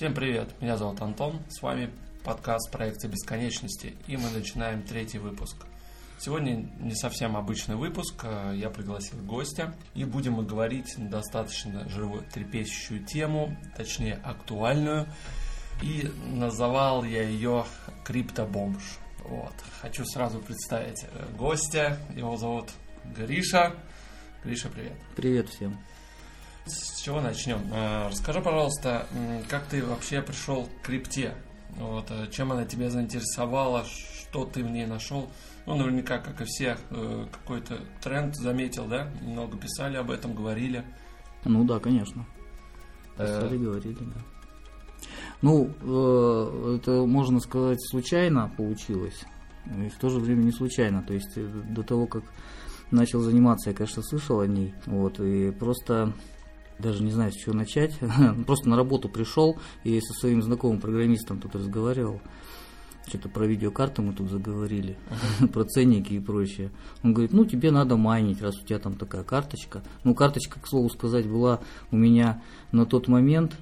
Всем привет, меня зовут Антон, с вами подкаст проекта бесконечности, и мы начинаем 3-й выпуск. Сегодня не совсем обычный выпуск, я пригласил гостя, и будем мы говорить на достаточно животрепещущую тему, точнее актуальную, и называл я ее «Криптобомж». Вот. Хочу сразу представить гостя, его зовут Гриша. Гриша, привет. Привет всем. С чего начнем? Расскажи, пожалуйста, как ты вообще пришел к крипте? Вот, чем она тебя заинтересовала, что ты в ней нашел? Ну, наверняка, как и все, какой-то тренд заметил, да? Много писали об этом, говорили. Ну да, конечно. Писали, говорили, да. Ну, это, можно сказать, случайно получилось, и в то же время не случайно. То есть до того, как начал заниматься, я, конечно, слышал о ней. Вот, и просто даже не знаю, с чего начать. Просто на работу пришел и со своим знакомым программистом тут разговаривал. Что-то про видеокарты мы тут заговорили, про ценники и прочее. Он говорит, ну тебе надо майнить, раз у тебя там такая карточка. Ну, карточка, к слову сказать, была у меня на тот момент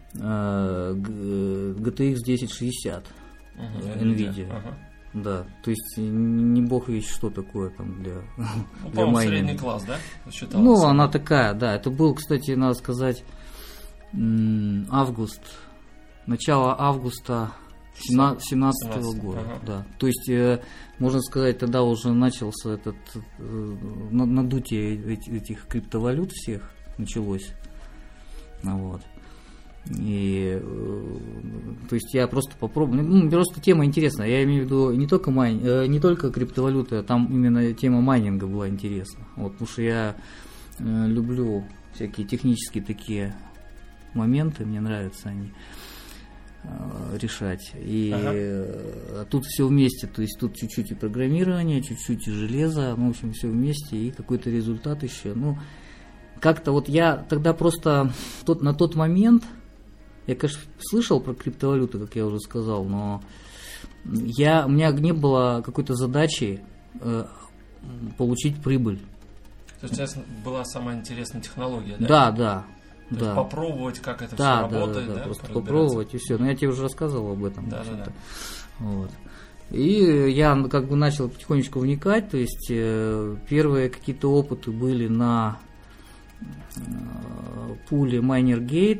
GTX 1060 NVIDIA. Да, то есть не бог весть что такое там для майнинга. Средний класс, да? Считалось? Ну, она такая, да. Это был, кстати, надо сказать, август, начало августа 17 года. Ага. Да. То есть, можно сказать, тогда уже начался этот надутие этих криптовалют всех началось. Вот. И, то есть я просто попробую, просто тема интересная, я имею в виду не только криптовалюты, а там именно тема майнинга была интересна, вот, потому что я люблю всякие технические такие моменты, мне нравятся они решать, и тут все вместе, то есть тут чуть-чуть и программирование, чуть-чуть и железо, в общем, все вместе, и какой-то результат еще, как-то вот я тогда просто на тот момент. Я, конечно, слышал про криптовалюты, как я уже сказал, но у меня не было какой-то задачи получить прибыль. То есть у тебя была самая интересная технология, да? Да. То есть попробовать, как это все работает, да? Просто попробовать и все. Но я тебе уже рассказывал об этом. Да. Вот. И я как бы начал потихонечку вникать, то есть первые какие-то опыты были на пуле MinerGate.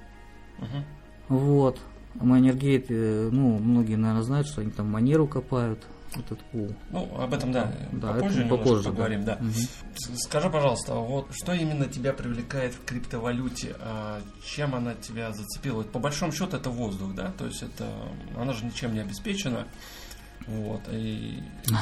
Вот. MinerGate, многие, наверное, знают, что они там Монеру копают, этот пул. Ну, об этом, попозже поговорим, да. Скажи, пожалуйста, вот что именно тебя привлекает в криптовалюте, чем она тебя зацепила? Вот, по большому счету это воздух, да? То есть она же ничем не обеспечена. Вот, и...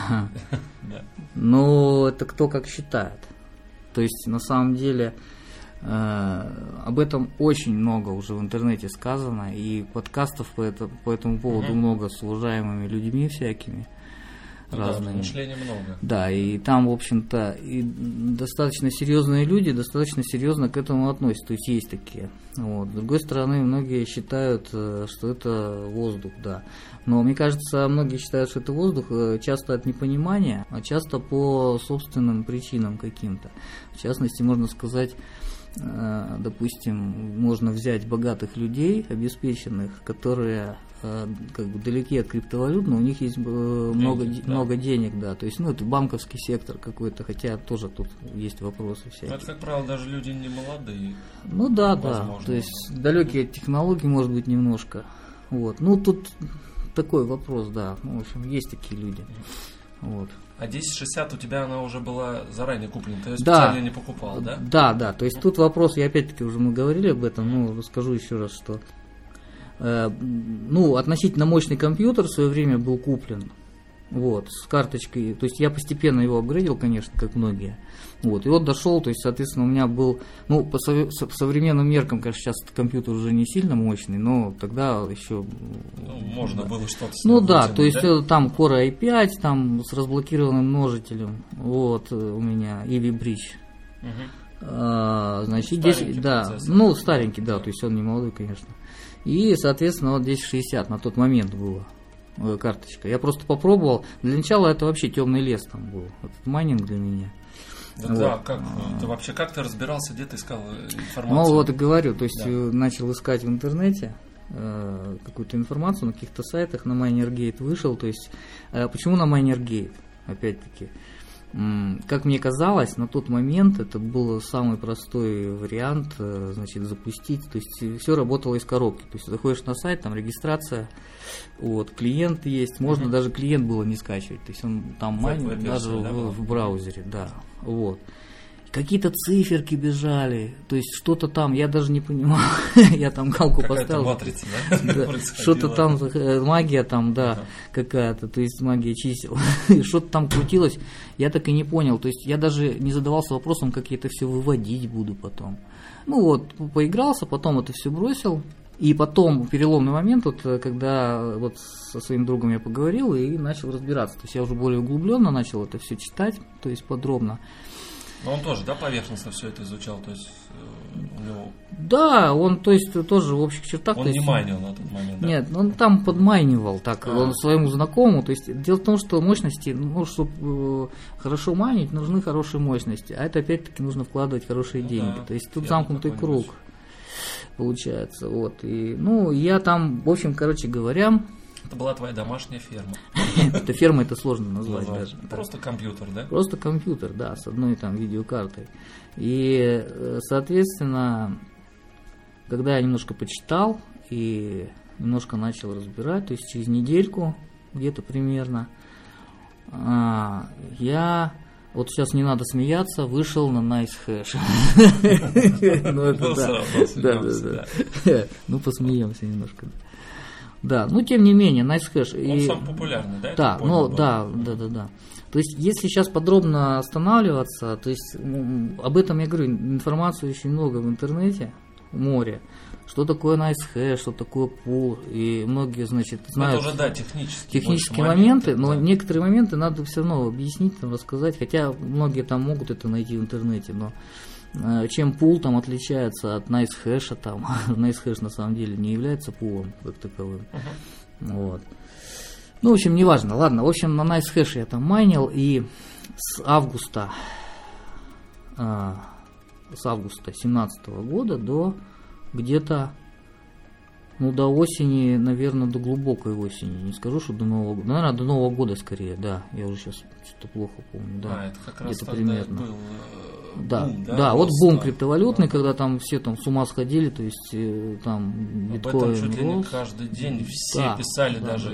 Ну, это кто как считает. То есть, на самом деле... Об этом очень много уже в интернете сказано, и подкастов по этому поводу много с уважаемыми людьми всякими разными. Мышления много. Да, и там, в общем-то, и достаточно серьезные люди достаточно серьезно к этому относятся, то есть есть такие. Вот. С другой стороны, многие считают, что это воздух, да. Но мне кажется, многие считают, что это воздух часто от непонимания, а часто по собственным причинам каким-то. В частности, можно сказать, допустим, можно взять богатых людей, обеспеченных, которые как бы далеки от криптовалют, но у них есть много денег, да. То есть, это банковский сектор какой-то, хотя тоже тут есть вопросы всякие. Это, как правило, даже люди не молодые. Ну да. То есть далекие от технологий, может быть, немножко. Вот. Тут такой вопрос, да. В общем, есть такие люди. Вот. А 1060 у тебя она уже была заранее куплена, ты ее специально не покупал, да? Да. То есть тут вопрос, опять-таки уже мы говорили об этом, расскажу еще раз, что относительно мощный компьютер в свое время был куплен. Вот, с карточкой, то есть я постепенно его апгрейдил, конечно, как многие. Вот, и вот дошел, то есть, соответственно, у меня был, по современным меркам, конечно, сейчас компьютер уже не сильно мощный, но тогда еще... можно было что-то... то есть там Core i5, там с разблокированным множителем, вот, у меня, Ivy Bridge. Значит, старенький 10, старенький, да, то есть он не молодой, конечно. И, соответственно, 1060 на тот момент было. Карточка. Я просто попробовал. Для начала это вообще темный лес там был. Этот майнинг для меня. Да, как ты разбирался, где ты искал информацию? И говорю, то есть начал искать в интернете. какую-то информацию на каких-то сайтах, на Minergate вышел. То есть, почему на Minergate? Опять-таки, как мне казалось, на тот момент это был самый простой вариант, значит, запустить. То есть все работало из коробки. То есть заходишь на сайт, там регистрация, вот, клиент есть, можно даже клиент было не скачивать. То есть он там майнит даже в браузере, да. Вот. Какие-то циферки бежали, то есть что-то там, я даже не понимал, я там галку поставил. Матрица, да? Что-то там, магия там, да, какая-то, то есть магия чисел, что-то там крутилось, я так и не понял, то есть я даже не задавался вопросом, как я это все выводить буду потом. Ну вот, поигрался, потом это все бросил, и потом переломный момент, вот, когда вот со своим другом я поговорил и начал разбираться, то есть я уже более углубленно начал это все читать, то есть подробно. Но он тоже, да, поверхностно все это изучал, то есть у него... Да, он, то есть, тоже в общих чертах... Он не майнил на тот момент, да? Нет, он там подмайнивал, так, он своему знакомому, то есть, дело в том, что мощности, ну, чтобы хорошо майнить, нужны хорошие мощности, а это, опять-таки, нужно вкладывать хорошие деньги, то есть, тут замкнутый круг получается, вот, и, ну, я там, в общем, короче говоря... Это была твоя домашняя ферма. Это ферма, это сложно назвать даже. Просто компьютер, да? Просто компьютер, да, с одной там видеокартой. И, соответственно, когда я немножко почитал и немножко начал разбирать, то есть через недельку где-то примерно, я... Вот сейчас не надо смеяться, вышел на NiceHash. Ну, посмеемся немножко. Да, но тем не менее, NiceHash. Он самый популярный, да? Да, ну да. То есть, если сейчас подробно останавливаться, то есть об этом я говорю, информации очень много в интернете, море. Что такое NiceHash, что такое пул, и многие, значит, знают это уже, да, технические моменты, но некоторые моменты надо все равно объяснить, там, рассказать, хотя многие там могут это найти в интернете, но чем пул там отличается от NiceHash, там, NiceHash на самом деле не является пулом как таковым. Вот. Ну, в общем, неважно. Ладно, в общем, на NiceHash я там майнил, и с августа 2017 года до где-то, ну, до осени, наверное, до глубокой осени. Не скажу, что до Нового года. Наверное, до Нового года скорее, да. Я уже сейчас что-то плохо помню. Да, это как раз где-то примерно. Был бум, да, вот бум криптовалютный, когда там все там с ума сходили, то есть там биткоин. Об этом чуть ли не каждый день все писали, даже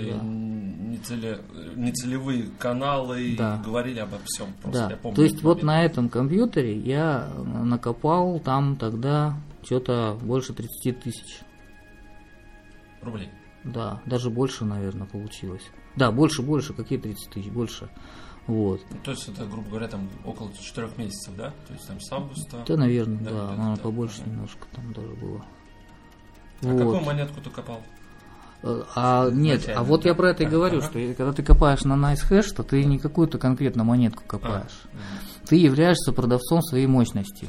нецелевые каналы, и говорили обо всем. Просто, я помню, то есть вот на этом компьютере я накопал там тогда что-то больше 30 тысяч. Рублей? Да, даже больше, наверное, получилось. Да, больше, какие 30 тысяч, больше. Вот. То есть это, грубо говоря, там около 4 месяцев, да? То есть там с августа. Да, наверное, да, наверное, побольше немножко там даже было. А какую монетку ты копал? Нет, вот я про это и говорю, что когда ты копаешь на NiceHash, то ты не какую-то конкретно монетку копаешь. Ты являешься продавцом своей мощности.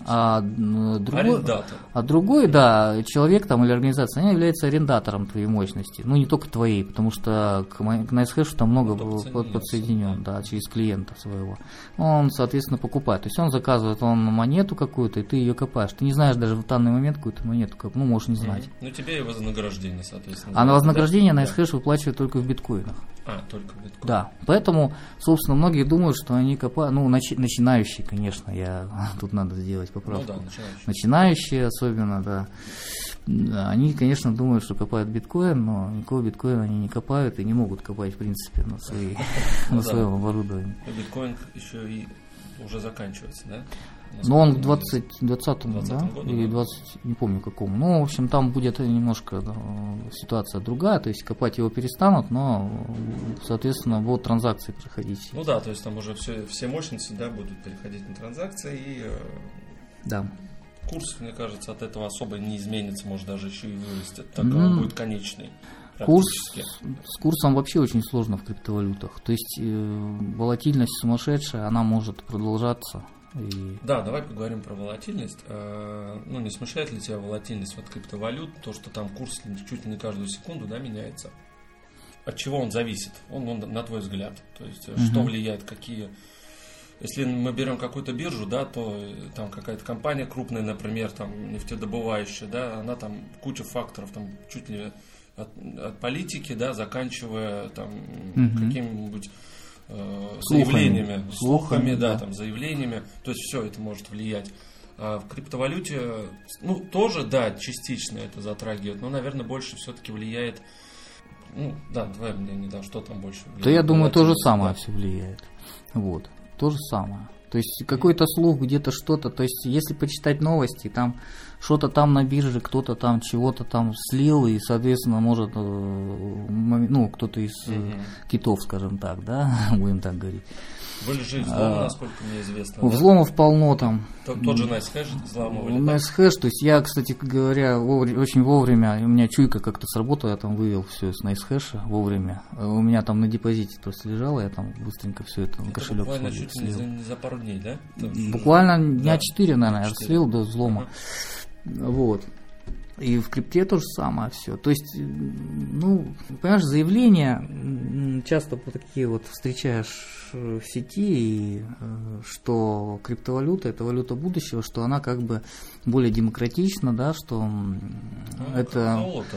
Другой, да, человек там или организация, они являются арендатором твоей мощности. Ну, не только твоей, потому что к NiceHash там много подсоединен, да, через клиента своего. Он, соответственно, покупает. То есть он заказывает монету какую-то, и ты ее копаешь. Ты не знаешь даже в данный момент какую-то монету, ну, можешь не знать. Ну, тебе и вознаграждение, соответственно. А на вознаграждение NiceHash выплачивают только в биткоинах. Только в биткоинах. Да, поэтому, собственно, многие думают, что они копают, ну, начинающие, конечно, тут надо сделать поправку. Ну, да, начинающие особенно, да. Они, конечно, думают, что копают биткоин, но никакого биткоина они не копают и не могут копать, в принципе, на своем оборудовании. Биткоин еще и уже заканчивается, да? Ну, он в 2020 да? Или 20, не помню какому. Ну, в общем, там будет немножко ситуация другая, то есть копать его перестанут, но, соответственно, будут транзакции проходить. Ну да, то есть там уже все мощности, да, будут переходить на транзакции, и курс, мне кажется, от этого особо не изменится, может даже еще и вырастет, так как он будет конечный. С курсом вообще очень сложно в криптовалютах, то есть волатильность сумасшедшая, она может продолжаться. Да, давай поговорим про волатильность. Ну, не смущает ли тебя волатильность криптовалют, то, что там курс чуть ли не каждую секунду, да, меняется? От чего он зависит? Он на твой взгляд. То есть, что влияет, какие Если мы берем какую-то биржу, да, то там какая-то компания крупная, например, там нефтедобывающая, да, она там куча факторов, там чуть ли от политики, да, заканчивая там какими-нибудь заявлениями, слухами, да, там заявлениями, то есть все это может влиять. А в криптовалюте, ну, тоже, да, частично это затрагивает, но, наверное, больше все-таки влияет. Ну, да, давай мне не дам, что там больше влияет. Да, я думаю, то же самое все влияет. Вот, то же самое. То есть какой-то слух, где-то что-то, то есть если почитать новости, там что-то там на бирже, кто-то там чего-то там слил, и, соответственно, может, ну, кто-то из китов, скажем так, да, будем так говорить. Были же взломы, насколько мне известно. Взломов полно там. Тот же NiceHash взломывали. NiceHash, то есть я, кстати говоря, очень вовремя, у меня чуйка как-то сработала, я там вывел все с NiceHash вовремя. У меня там на депозите просто лежало, я там быстренько все это на кошелек буквально чуть не за пару дней, да? Буквально дня 4, наверное, я слил до взлома. Вот. И в крипте то же самое все. То есть, ну, понимаешь, заявления часто такие вот встречаешь в сети, что криптовалюта – это валюта будущего, что она как бы более демократична, да, что это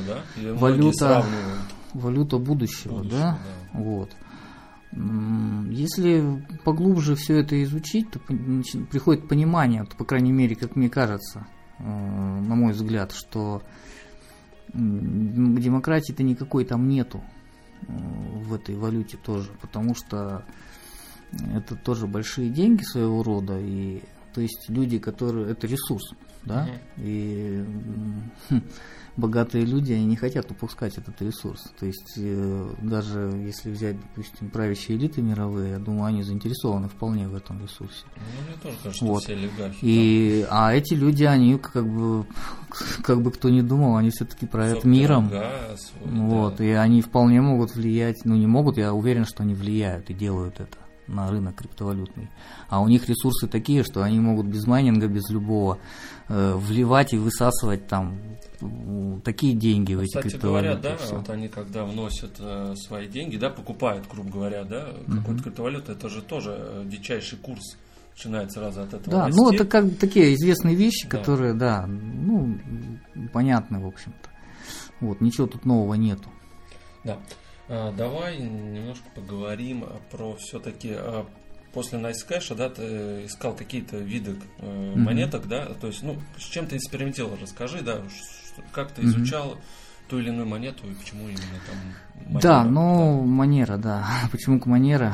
валюта будущего, да? Вот. Если поглубже все это изучить, то приходит понимание, по крайней мере, как мне кажется, на мой взгляд, что демократии-то никакой там нету в этой валюте тоже, потому что это тоже большие деньги своего рода, и то есть люди, которые, это ресурс, да, и богатые люди, они не хотят упускать этот ресурс. То есть даже если взять, допустим, правящие элиты мировые, я думаю, они заинтересованы вполне в этом ресурсе. Ну, мне тоже кажется, что все олигархи. И, а эти люди, они как бы кто ни думал, они все-таки правят миром. Газ, вот, да. И они вполне могут влиять, ну не могут, я уверен, что они влияют и делают это на рынок криптовалютный. А у них ресурсы такие, что они могут без майнинга, без любого вливать и высасывать там такие деньги в эти криптовалюты. Кстати говоря, да, вот они когда вносят свои деньги, да, покупают, грубо говоря, да, какую-то криптовалюту, это же тоже дичайший курс начинает сразу от этого. Да, расти. ну это как такие известные вещи, которые, да, ну, понятны, в общем-то. Вот, ничего тут нового нету. Да. Давай немножко поговорим про все-таки после NiceHash, да, ты искал какие-то виды монеток, да, то есть, ну, с чем ты экспериментировал, расскажи, да, как ты изучал ту или иную монету и почему именно там Monero? Да, ну, Monero, да, почему Monero?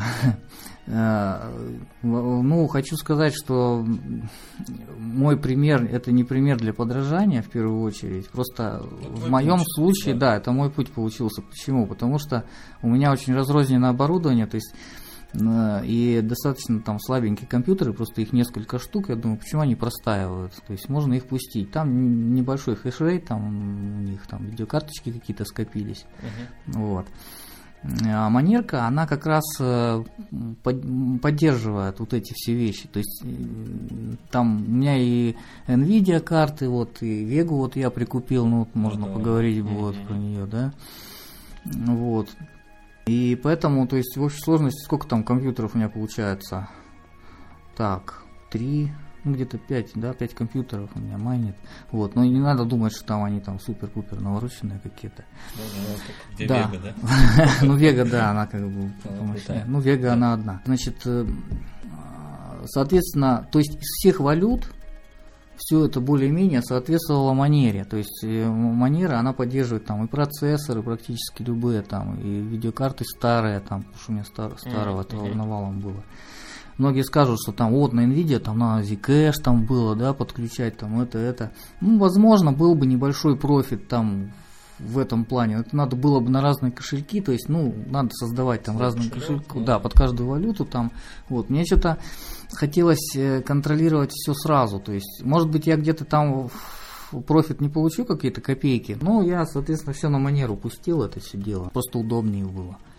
Ну, хочу сказать, что мой пример, это не пример для подражания в первую очередь, просто в моем случае, да, это мой путь получился. Почему? Потому что у меня очень разрозненное оборудование, то есть и достаточно там слабенькие компьютеры, просто их несколько штук, я думаю, почему они простаивают, то есть можно их пустить, там небольшой хешрейт, там у них там видеокарточки какие-то скопились, вот. А Монерка, она как раз поддерживает вот эти все вещи. То есть там у меня и Nvidia карты, вот, и Vega вот я прикупил, ну вот можно поговорить вот про нее, да. Вот. И поэтому, то есть в общей сложности сколько там компьютеров у меня получается? Так, 3, ну где-то 5, да, 5 компьютеров у меня майнит. Вот, но не надо думать, что там они там супер-пупер навороченные какие-то. Где Vega, да? Ну, Vega, да, она как бы помощнее. Ну, Vega, она одна. Значит, соответственно, то есть из всех валют все это более-менее соответствовало Monero. То есть Monero, она поддерживает там и процессоры практически любые, там, и видеокарты старые, там, потому что у меня старого навалом было. Многие скажут, что там вот на Nvidia там на Zcash там было, да, подключать там это. Ну, возможно, был бы небольшой профит там в этом плане. Это надо было бы на разные кошельки, то есть, ну, надо создавать там разные кошельки, да, под каждую валюту там. Вот, мне что-то хотелось контролировать все сразу, то есть, может быть, я где-то там профит не получу какие-то копейки, но я, соответственно, все на Monero пустил это все дело, просто удобнее было.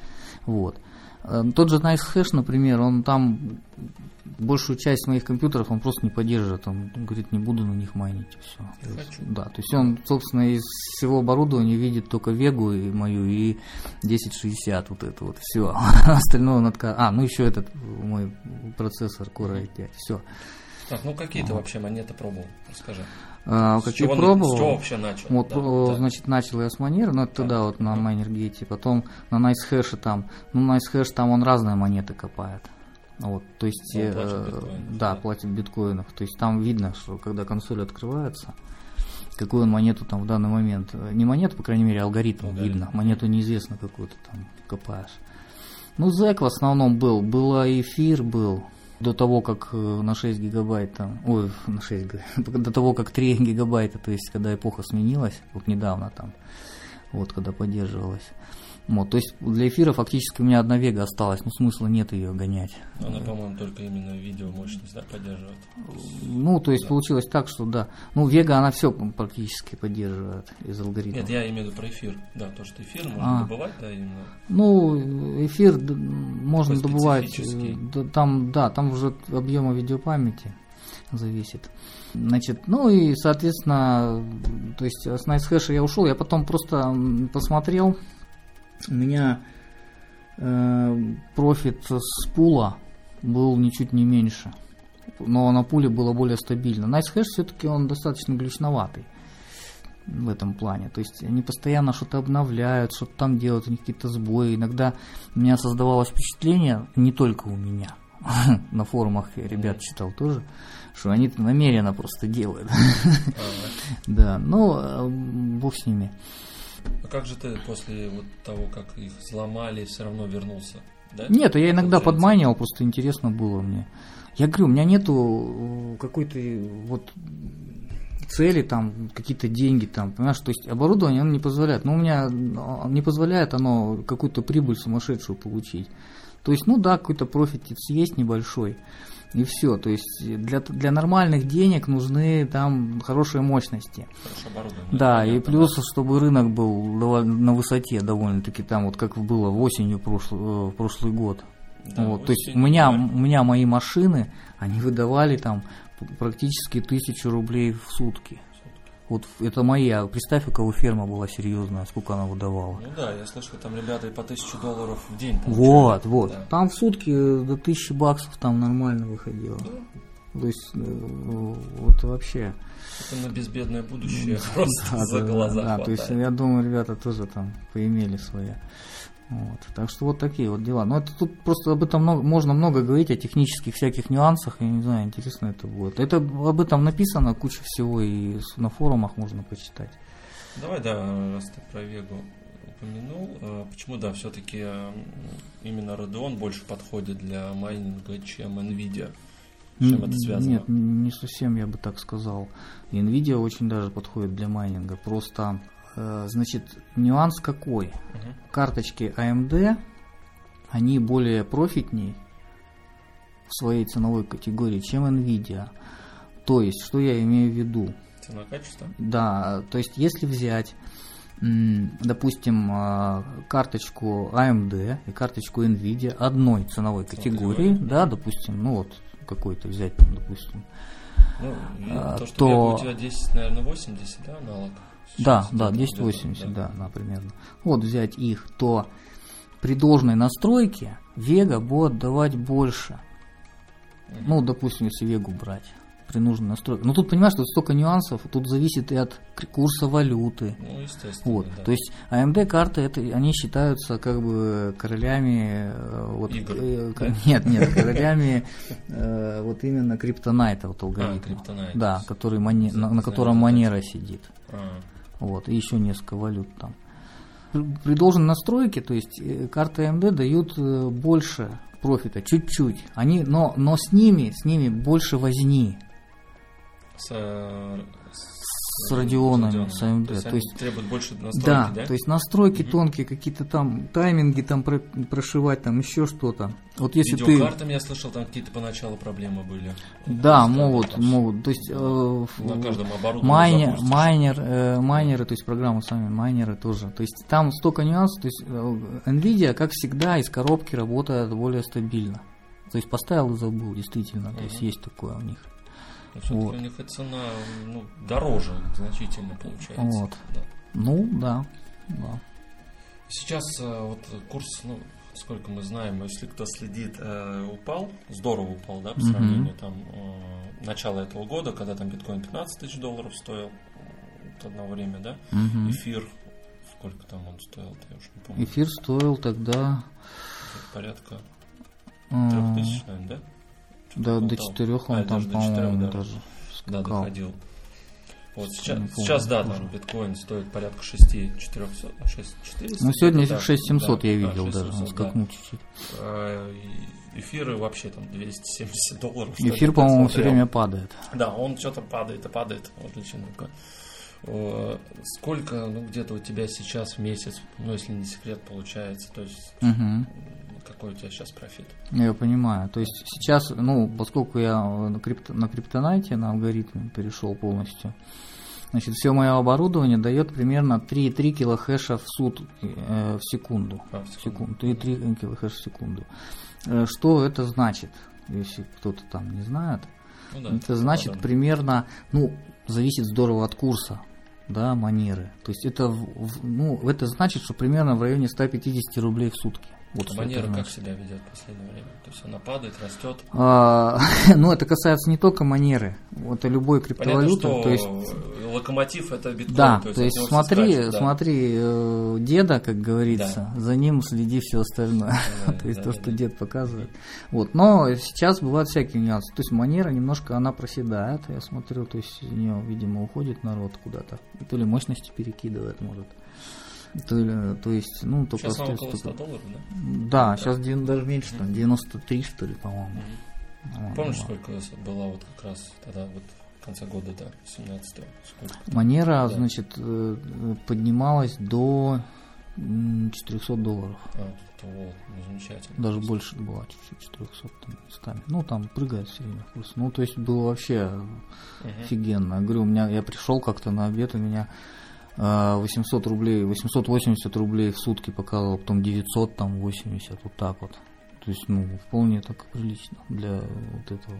Вот. Тот же NiceHash, например, он там большую часть моих компьютеров он просто не поддерживает. Он говорит, не буду на них майнить. Все. Да, то есть он, собственно, из всего оборудования видит только Вегу и мою, и 1060, вот это вот, все. Остальное он отказывает. Ну еще этот мой процессор Core i5, все. Так, какие ты вообще монеты пробовал? Расскажи. Какие пробовал? С чего вообще начал? Вот, значит, начал я с Monero, но это тогда вот на MinerGate, потом на NiceHash там, NiceHash там он разные монеты копает. Вот, то есть, платит в биткоинах. То есть там видно, что когда консоль открывается, какую он монету там в данный момент, не монету, по крайней мере, алгоритм видно, монету неизвестно какую ты там копаешь. ZEC в основном было эфир был. До того, как на 6 гигабайт, до того, как 3 гигабайта, то есть, когда эпоха сменилась, вот недавно там, вот, когда поддерживалась. Вот, то есть, для эфира фактически у меня одна Вега осталась, смысла нет ее гонять. Она, по-моему, только именно видео мощность, поддерживает? То есть, получилось так, что, да. Вега, она все практически поддерживает из алгоритма. Нет, я имею в виду про эфир, да, то, что эфир можно добывать, да, именно? Эфир можно добывать, там уже от объема видеопамяти зависит. Значит, и, соответственно, то есть, с NiceHash я ушел, я потом просто посмотрел. У меня профит с пула был ничуть не меньше, но на пуле было более стабильно. NiceHash все-таки он достаточно глючноватый в этом плане. То есть они постоянно что-то обновляют, что-то там делают, у них какие-то сбои. Иногда у меня создавалось впечатление, не только у меня, на форумах я ребят читал тоже, что они это намеренно просто делают. Да, бог с ними. А как же ты после вот того, как их взломали, все равно вернулся? Да? Нет, я иногда подманивал, просто интересно было мне. Я говорю, у меня нету какой-то вот цели, там, какие-то деньги, там, понимаешь, то есть оборудование оно не позволяет. У меня не позволяет оно какую-то прибыль сумасшедшую получить. То есть, какой-то профит есть небольшой. И все, то есть для нормальных денег нужны там хорошие мощности. Хорошее оборудование. Да, и плюс, чтобы рынок был на высоте довольно-таки, там вот как было осенью прошлый год. Да, вот, то есть у меня мои машины, они выдавали там практически 1000 рублей в сутки. Вот это моя, представь, у кого ферма была серьезная, сколько она выдавала. Я слышал, там ребята и по $1000 в день. Вот. Да. Там в сутки до $1000 там нормально выходило. Да. То есть, вот вообще. Это на безбедное будущее просто за глаза хватает. То есть, я думаю, ребята тоже там поимели свои. Вот. Так что вот такие вот дела. Но это тут просто об этом можно много говорить, о технических всяких нюансах, я не знаю, интересно это будет. Это об этом написано, куча всего, и на форумах можно почитать. Давай, раз ты про Вегу упомянул, почему, все-таки именно Radeon больше подходит для майнинга, чем NVIDIA? С чем это связано? Нет, не совсем я бы так сказал. NVIDIA очень даже подходит для майнинга, просто... Значит, нюанс какой? Карточки AMD, они более профитней в своей ценовой категории, чем NVIDIA. То есть, что я имею в виду? Цена-качество? Да, то есть, если взять, допустим, карточку AMD и карточку NVIDIA одной ценовой категории, да, допустим, какой-то взять, допустим, то, что у тебя 10, наверное, 80, да, аналог? Да, 1080, да, примерно. Вот взять их, то при должной настройке Vega будет давать больше. Допустим, если Vega брать при нужной настройке. Но тут, понимаешь, тут столько нюансов, тут зависит и от курса валюты. Естественно. Вот. Да. То есть AMD карты, они считаются как бы королями королями вот именно криптонайта, вот алгоритма. Да, который на котором Monero сидит. Вот, и еще несколько валют там. При должной настройке, то есть карты AMD дают больше профита, чуть-чуть. Но с ними больше возни. С с Radeon'ами, с AMD. То есть требуют больше настройки, да? То есть настройки тонкие, какие-то там тайминги там прошивать, там еще что-то. Вот если видеокартами, я слышал, там какие-то поначалу проблемы были. Да, могут. То есть на каждом оборудовании майнеры, то есть программы сами, майнеры тоже. То есть там столько нюансов. То есть NVIDIA, как всегда, из коробки работает более стабильно. То есть поставил и забыл, действительно. То есть есть такое у них. Вот. У них и цена дороже значительно получается. Вот. Да. Сейчас вот курс, сколько мы знаем, если кто следит, упал, здорово упал, да, по сравнению там начала этого года, когда там биткоин $15 тысяч стоил от одно время, да? Эфир, сколько там он стоил, я уже не помню. Эфир стоил тогда порядка 3000, наверное, да? Да, до 4 он там, по-моему, даже скакал. Да, доходил. Вот сейчас да, там биткоин стоит порядка 6400. Ну, сегодня 6700 я видел, даже он скакнул чуть-чуть. Эфиры вообще там $270. Эфир, по-моему, все время падает. Да, он что-то падает. Вот личинка. Сколько, где-то у тебя сейчас в месяц, если не секрет, получается, то есть какой у тебя сейчас профит? Я понимаю, то есть сейчас, поскольку я на криптонайте, на алгоритм перешел полностью, значит, все мое оборудование дает примерно 3,3 килохэша в секунду. В секунду. 3,3 килохэша в секунду. Что это значит, если кто-то там не знает? Это значит примерно, зависит здорово от курса, да, манеры. То есть это значит, что примерно в районе 150 рублей в сутки. Вот манера как себя ведет в последнее время? То есть она падает, растет? Это касается не только манеры. Это любой криптовалюты. Понятно, что то есть локомотив это биткоин. Да, то есть смотри, деда, как говорится, за ним следи все остальное. То есть то, что дед показывает. Вот. Но сейчас бывают всякие нюансы. То есть манера немножко она проседает, я смотрю, то есть у нее, видимо, уходит народ куда-то. То ли мощности перекидывает, может. То есть, только сейчас около $100, да? Да, сейчас даже меньше, там 93, что ли, по-моему. Помнишь, сколько была вот как раз тогда, вот в конце года, да, 17-го? Манера, значит, поднималась до $400. Замечательно. Даже больше была, чуть-чуть, 400, там, там прыгает все время курс. То есть было вообще офигенно. Я говорю, я пришел как-то на обед, у меня 800 рублей, 880 рублей в сутки показывал, потом 980, вот так вот. То есть, вполне так прилично для вот этого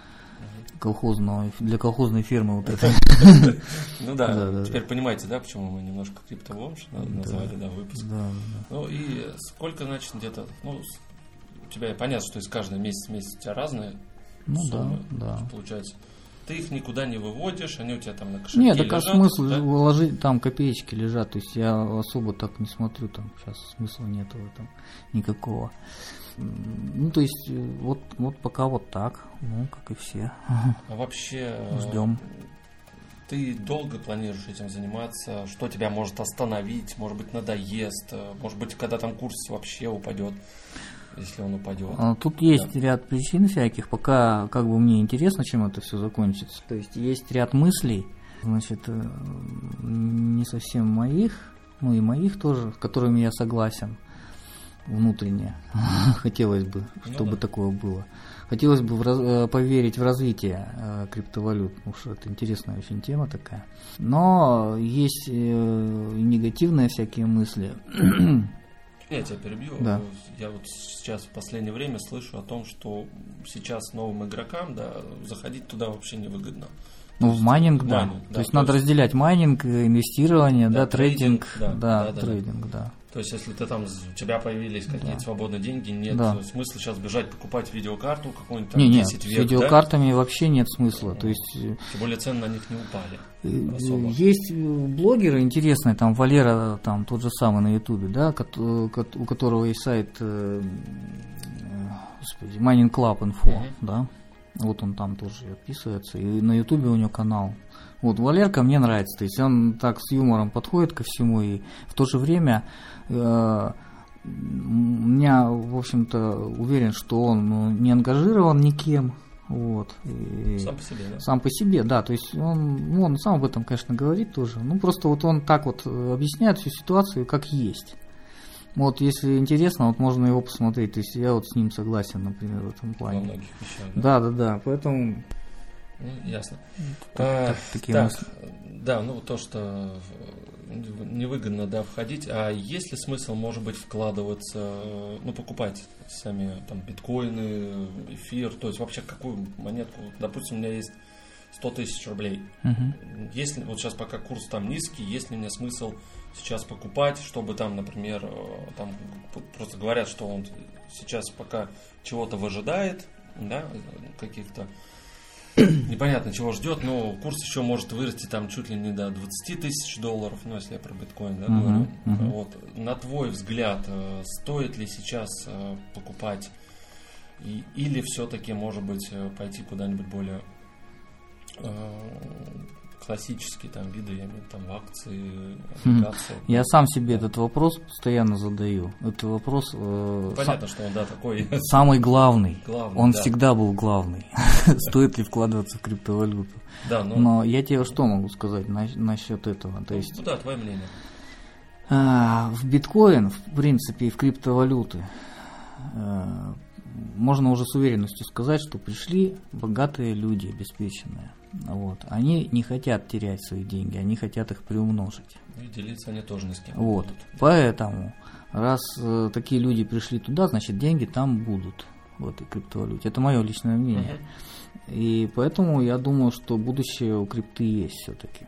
для колхозной фермы вот этой. Теперь понимаете, да, почему мы немножко криптовомш назвали, выпуск. И сколько, значит, где-то, у тебя понятно, что из каждого месяца у тебя разные суммы, получается. Ты их никуда не выводишь, они у тебя там на кошельке лежат. Нет, так смысл вложить, там копеечки лежат, то есть я особо так не смотрю, там сейчас смысла нет в этом никакого. То есть вот пока вот так, как и все. А вообще ждем. Ты долго планируешь этим заниматься? Что тебя может остановить? Может быть, надоест? Может быть, когда там курс вообще упадет? Если он упадет. Тут есть ряд причин всяких, пока мне интересно, чем это все закончится. То есть есть ряд мыслей, значит, не совсем моих, и моих тоже, с которыми я согласен внутренне. Хотелось бы, чтобы такое было. Хотелось бы поверить в развитие криптовалют, потому что это интересная очень тема такая. Но есть и негативные всякие мысли. Я тебя перебью. Да. Я вот сейчас в последнее время слышу о том, что сейчас новым игрокам заходить туда вообще невыгодно. В майнинг, да. То есть надо разделять майнинг, инвестирование, трейдинг. Трейдинг. То есть, если ты там, у тебя появились какие-то свободные деньги, нет смысла сейчас бежать покупать видеокарту какую-нибудь там 10 век. С видеокартами вообще нет смысла. То есть, тем более цены на них не упали. Особо. Есть блогеры интересные, там Валера, там тот же самый на Ютубе, у которого есть сайт Mining Club Info, да. Вот он там тоже отписывается, и на Ютубе у него канал. Вот Валерка мне нравится, то есть он так с юмором подходит ко всему, и в то же время я, в общем-то, уверен, что он не ангажирован никем, Вот. И сам по себе, да? Сам по себе, да. То есть он сам об этом, конечно, говорит тоже. Ну, просто вот он так вот объясняет всю ситуацию, как есть. Вот, если интересно, вот можно его посмотреть. То есть я вот с ним согласен, например, в этом плане. Во многих вещах, да? Да. Поэтому... Ну, ясно. Такие мысли. Да, ну то, что невыгодно, да, входить. А есть ли смысл, может быть, вкладываться, ну, покупать сами там биткоины, эфир, то есть вообще какую монетку? Допустим, у меня есть 100 тысяч рублей. Если вот сейчас пока курс там низкий, есть ли мне смысл сейчас покупать, чтобы там, например, там просто говорят, что он сейчас пока чего-то выжидает, да, каких-то непонятно чего ждет, но курс еще может вырасти там чуть ли не до 20 тысяч долларов, ну если я про биткоин, да, говорю. Вот. На твой взгляд, стоит ли сейчас покупать или все-таки, может быть, пойти куда-нибудь более классические там виды, я имею в виду там акции, облигации? Я сам себе этот вопрос постоянно задаю. Это вопрос понятно, что он, да, такой самый главный. Он да. Всегда был главный. Стоит ли вкладываться в криптовалюту? Да, но я тебе что могу сказать насчет этого? То есть, да, твое мнение. В биткоин, в принципе, и в криптовалюты можно уже с уверенностью сказать, что пришли богатые люди, обеспеченные. Вот. Они не хотят терять свои деньги, они хотят их приумножить. И делиться они тоже ни с кем. Вот. Поэтому, раз такие люди пришли туда, значит деньги там будут в этой криптовалюте. Это мое личное мнение. И поэтому я думаю, что будущее у крипты есть все-таки.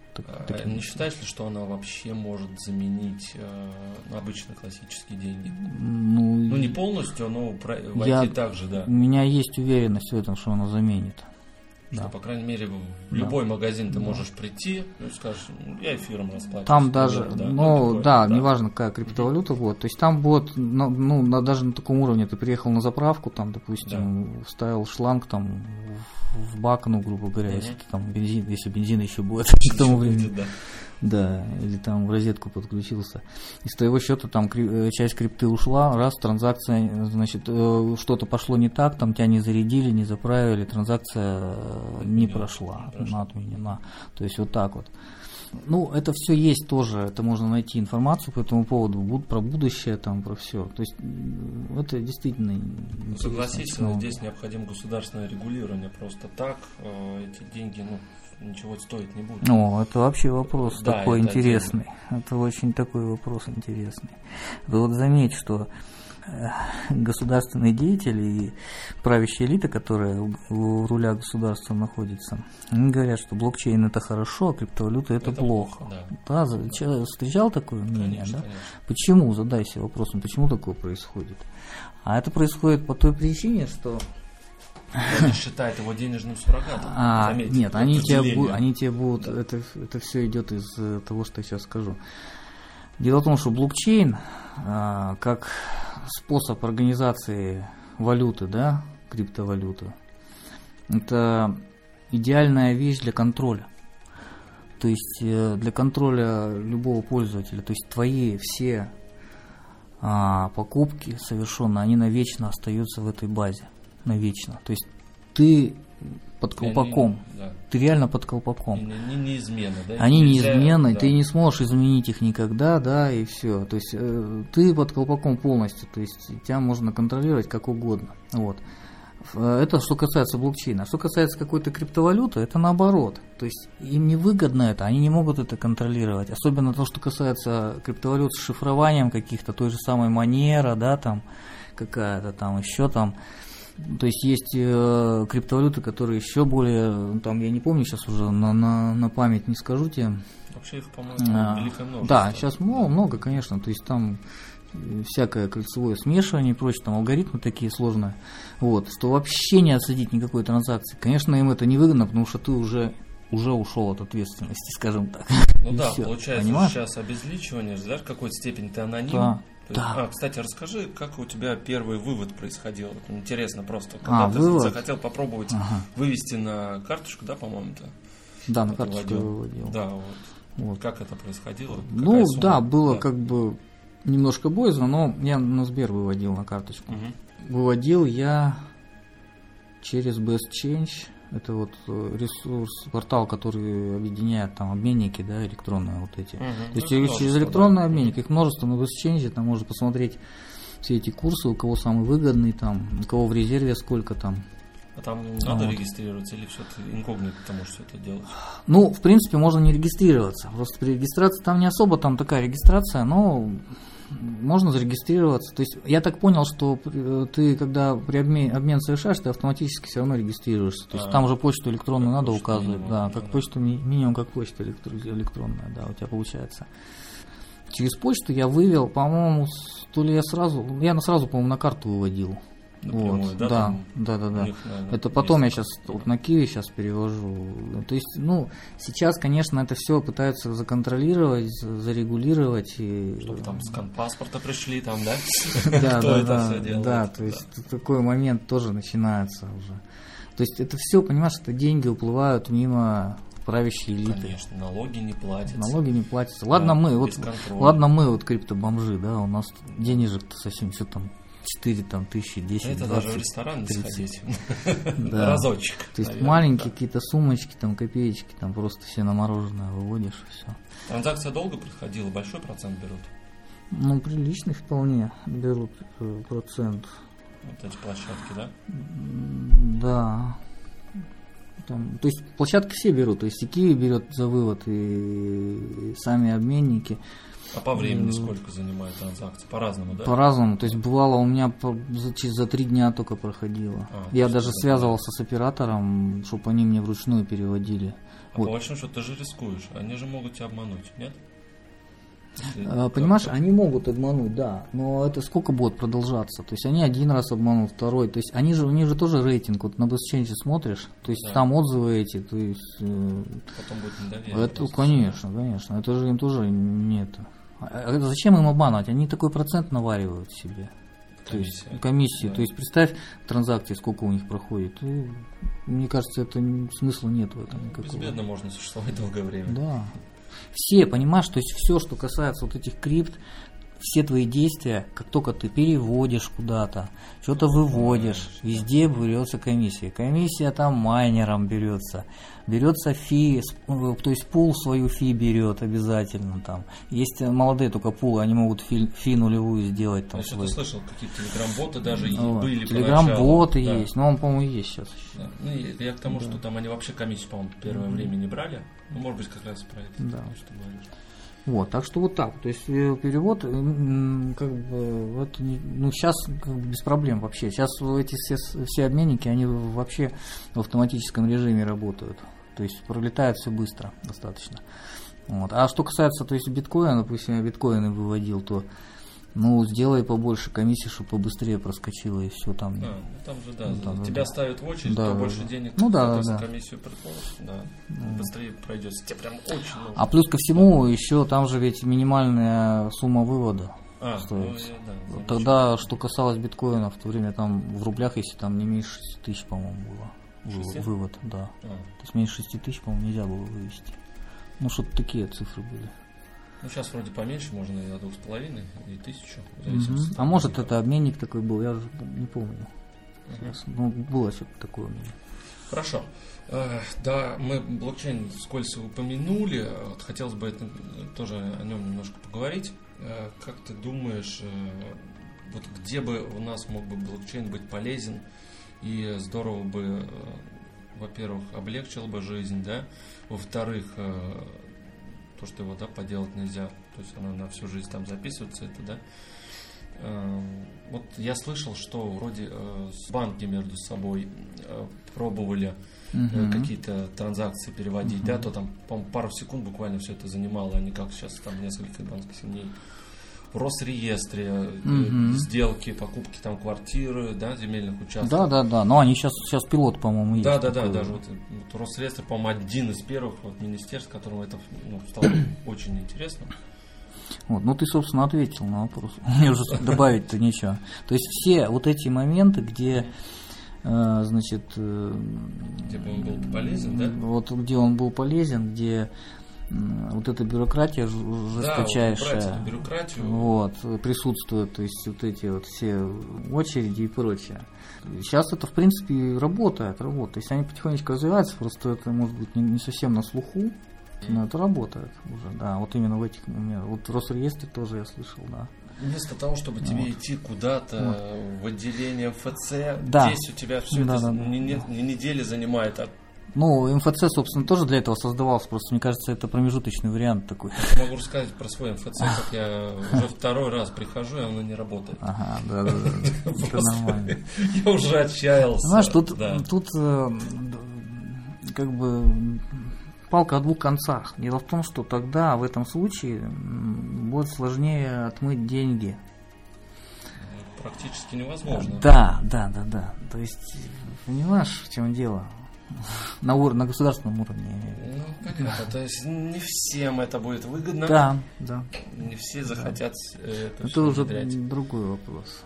Не считаешь ли, что она вообще может заменить обычные классические деньги? Ну, не полностью, но войти так же, да. У меня есть уверенность в этом, что она заменит. Что, по крайней мере, в любой магазин ты можешь прийти, ну, скажешь, я эфиром расплачиваюсь. Там даже, неважно, какая криптовалюта будет. То есть там будет, даже на таком уровне ты приехал на заправку, там, допустим, вставил шланг там в бак, грубо говоря, если там бензин еще будет к тому времени. Да, или там в розетку подключился. Из твоего счета там часть крипты ушла, раз, транзакция, значит, что-то пошло не так, там тебя не зарядили, не заправили, транзакция не прошла, отменена. То есть вот так вот. Ну, это все есть тоже, это можно найти информацию по этому поводу, про будущее, там, про все. То есть это действительно... Согласись, здесь необходимо государственное регулирование. Просто так эти деньги, ничего стоить не будет. Это вообще вопрос такой интересный. Это очень такой вопрос интересный. Вы вот заметьте, что государственные деятели и правящая элита, которая у руля государства находится, они говорят, что блокчейн это хорошо, а криптовалюта это плохо. Да, встречал такое мнение? Конечно, да? конечно. Почему? Задайся вопросом, почему такое происходит? А это происходит по той причине, что... Они считают его денежным суррогатом. Нет, они тебе будут, это все идет из того, что я сейчас скажу. Дело в том, что блокчейн, как способ организации валюты, да, криптовалюты, это идеальная вещь для контроля. То есть для контроля любого пользователя. То есть твои все покупки совершенные, они навечно остаются в этой базе. Навечно. То есть ты под колпаком. Ты реально под колпаком. Они неизменны, да? Они неизменны, ты не сможешь изменить их никогда, да, и все. То есть ты под колпаком полностью, то есть тебя можно контролировать как угодно. Вот. Это что касается блокчейна. Что касается какой-то криптовалюты, это наоборот. То есть им не выгодно это, они не могут это контролировать. Особенно то, что касается криптовалют с шифрованием каких-то, той же самой Monero, да, там какая-то там еще там. То есть есть криптовалюты, которые еще более, там я не помню сейчас уже, на память не скажу тебе. Вообще их, по-моему, великое множество. Да, сейчас много, конечно, то есть там всякое кольцевое смешивание и прочее, там алгоритмы такие сложные, вот, что вообще не отследить никакой транзакции. Конечно, им это невыгодно, потому что ты уже ушел от ответственности, скажем так. Ну да, все, получается, понимаешь? Сейчас обезличивание, знаешь, в какой-то степени ты аноним. Да. Кстати, расскажи, как у тебя первый вывод происходил. Интересно просто. Когда ты захотел попробовать вывести на карточку, да, по-моему-то? Да, на карточку я выводил. Да, вот. Как это происходило? Было как бы немножко боязно, но я на Сбер выводил на карточку. Выводил я через Best Change. Это вот ресурс, портал, который объединяет там обменники, да, электронные вот эти. То есть через электронный обменник, их множество, но Best Change там можно посмотреть все эти курсы, у кого самый выгодный, там, у кого в резерве сколько там. А там надо регистрироваться или все-таки инкогнито ты можешь все это делать? Ну, в принципе, можно не регистрироваться. Просто при регистрации там не особо там такая регистрация, но можно зарегистрироваться. То есть я так понял, что ты, когда при обмен совершаешь, ты автоматически все равно регистрируешься. То есть там уже почту электронную надо указывать. Да, как почту, минимум как почта электронная, да, у тебя получается. Через почту я вывел, по-моему, то ли я сразу, по-моему, на карту выводил. Напрямую, вот, да? Да. Них, наверное, это потом я сейчас вот на Киви сейчас перевожу. То есть, сейчас, конечно, это все пытаются законтролировать, зарегулировать. Чтобы там скан паспорта пришли, там, да? Да, Кто это все делает? Да, то есть такой момент тоже начинается уже. То есть это все, понимаешь, это деньги уплывают мимо правящей элиты. Конечно, налоги не платятся. Налоги не платятся. Ладно, мы вот криптобомжи, да, у нас денежек-то совсем что там 4 там, тысячи, 10, это 20, даже в ресторан 30. не сходить. Да. Разочек. То есть маленькие какие-то сумочки, там копеечки, там просто все на мороженое выводишь и все. Транзакция долго происходила, большой процент берут? Ну, приличный вполне берут процент. Вот эти площадки, да? Да. Там, то есть площадки все берут, то есть и Киви берет за вывод, и сами обменники. А по времени сколько занимает транзакция? По-разному, да? По-разному. То есть бывало у меня за 3 дня только проходило. Я даже связывался с оператором, чтобы они мне вручную переводили. А вот. По большому счету ты же рискуешь. Они же могут тебя обмануть, нет? Понимаешь, они могут обмануть, да, но это сколько будет продолжаться? То есть они один раз обманут, второй. То есть у них же тоже рейтинг. Вот на BestChange смотришь, то есть там отзывы эти, то есть. Потом будет недоверие. Это, конечно. Это же им тоже нет. А зачем им обманывать? Они такой процент наваривают себе. Комиссию. Да. То есть представь транзакции, сколько у них проходит. И, мне кажется, это смысла нет в этом никакого. Безбедно можно существовать долгое время. Да. Все, понимаешь, то есть все, что касается вот этих крипт, все твои действия, как только ты переводишь куда-то, что-то выводишь, везде берется комиссия. Комиссия там майнером берется фи, то есть пул свою фи берет обязательно там. Есть молодые только пулы, они могут фи нулевую сделать. Там, если ты слышал, какие-то телеграм-боты даже были. Телеграм-боты есть, но он, по-моему, есть сейчас. Да. Ну, я к тому, что там они вообще комиссию, по-моему, первое время не брали. Ну, может быть, как раз про это. Да. Что говоришь. Вот, так что вот так. То есть перевод, как бы, это, сейчас как бы без проблем вообще. Сейчас эти все обменники, они вообще в автоматическом режиме работают. То есть пролетает все быстро достаточно. Вот. А что касается, то есть биткоина, допустим, я биткоины выводил, то сделай побольше комиссии, чтобы побыстрее проскочило и все там. Там же, да, тебя ставят в очередь, побольше денег, комиссию предположишь, быстрее пройдется. Тебе прям очень нужно. А плюс ко всему, еще там же ведь минимальная сумма вывода стоит. Тогда, что касалось биткоина, в то время там в рублях, если там не меньше 6 тысяч, по-моему, было вывод, да. То есть меньше 6 тысяч, по-моему, нельзя было вывести. Что-то такие цифры были. Сейчас вроде поменьше, можно и до 2,5, и 1000. А может это обменник такой был, я уже не помню. Было что-то такое у меня. Хорошо. Да, мы блокчейн вскользь упомянули. Хотелось бы тоже о нем немножко поговорить. Как ты думаешь, вот где бы у нас мог бы блокчейн быть полезен и здорово бы, во-первых, облегчил бы жизнь, да? Во-вторых, то, что его поделать нельзя, то есть оно на всю жизнь там записывается, это, да. Вот я слышал, что вроде банки между собой пробовали какие-то транзакции переводить, да, то там, по-моему, пару секунд буквально все это занимало, а не как сейчас там несколько банковских дней. В Росреестре сделки, покупки там квартиры, да, земельных участков. Да, но они сейчас пилот, по-моему, есть. Да, даже вот Росреестр, по-моему, один из первых министерств, которому это стало очень интересно. Вот, ты, собственно, ответил на вопрос. Мне уже добавить-то нечего. То есть все вот эти моменты, где, значит... Где бы он был полезен, да? Вот где он был полезен, где вот эта бюрократия жесточайшая, да, бюрократию. Вот, присутствует, то есть вот эти вот все очереди и прочее. Сейчас это, в принципе, работает. То есть они потихонечку развиваются, просто это может быть не совсем на слуху, но это работает уже, да. Вот именно в этих, вот в Росреестре тоже я слышал, да. Вместо того, чтобы тебе идти куда-то в отделение МФЦ, да. Здесь у тебя все это не недели занимает, Ну, МФЦ, собственно, тоже для этого создавался, просто, мне кажется, это промежуточный вариант такой. Я могу рассказать про свой МФЦ, как я уже второй раз прихожу, и оно не работает. Ага, да, это нормально. Я уже отчаялся. Знаешь, тут как бы палка о двух концах. Дело в том, что тогда, в этом случае, будет сложнее отмыть деньги. Практически невозможно. Да. То есть, понимаешь, в чем дело? На государственном уровне. Ну, понятно. То есть не всем это будет выгодно. Да. Не все захотят это уже другой вопрос.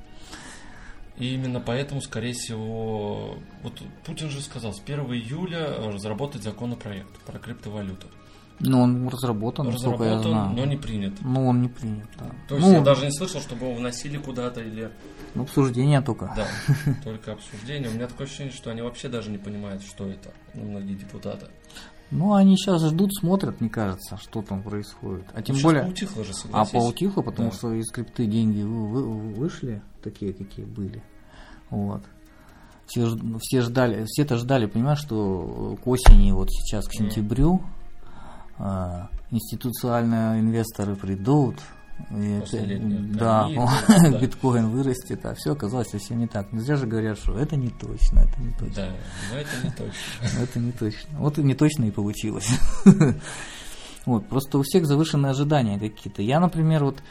И именно поэтому, скорее всего, вот Путин же сказал, с 1 июля разработать законопроект про криптовалюту. Ну, он разработан, насколько я знаю. Но не принят. Ну, он не принят, да. То есть я даже не слышал, чтобы его вносили куда-то или... Обсуждение только. Да, только обсуждение. У меня такое ощущение, что они вообще даже не понимают, что это, многие депутаты. Ну, они сейчас ждут, смотрят, мне кажется, что там происходит. А тем более... поутихло же, согласись. Поутихло, потому что из крипты деньги вышли, такие, какие были. Вот. Все ждали, понимаешь, что к осени, вот сейчас, к сентябрю, институциональные инвесторы придут, и биткоин вырастет, а все оказалось совсем не так. Не зря же говорят, что это не точно. Да, но это не точно. Это не точно. Вот и не точно и получилось. Вот, просто у всех завышенные ожидания какие-то. Я, например, вот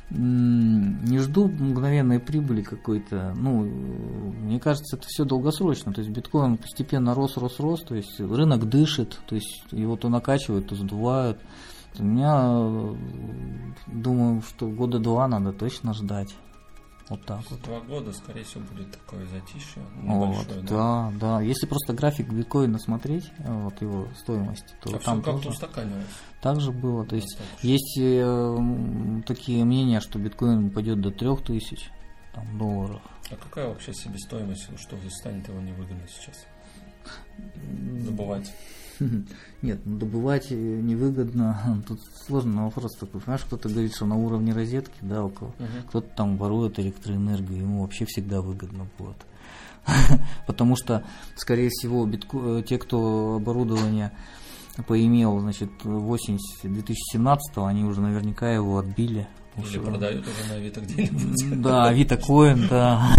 не жду мгновенной прибыли какой-то. Ну, мне кажется, это все долгосрочно. То есть биткоин постепенно рос, то есть рынок дышит, то есть его то накачивают, то сдувают. У меня, думаю, что года 2 надо точно ждать. Вот так вот. 2 года, скорее всего, будет такое затишье. Вот, да. Если просто график биткоина смотреть, вот его стоимость, то там как-то устаканилось. Так же было. То есть есть такие мнения, что биткоин пойдет до 3000 долларов. А какая вообще себестоимость, что станет его невыгодно сейчас добывать? Нет, добывать невыгодно. Тут сложный вопрос такой. Понимаешь, кто-то говорит, что на уровне розетки, да, кто-то там ворует электроэнергию, ему вообще всегда выгодно будет. Потому что, скорее всего, те, кто оборудование поимел, значит, в осень 2017-го, они уже наверняка его отбили. Или продают уже на Авито где-нибудь. Да, Авито Коин, да.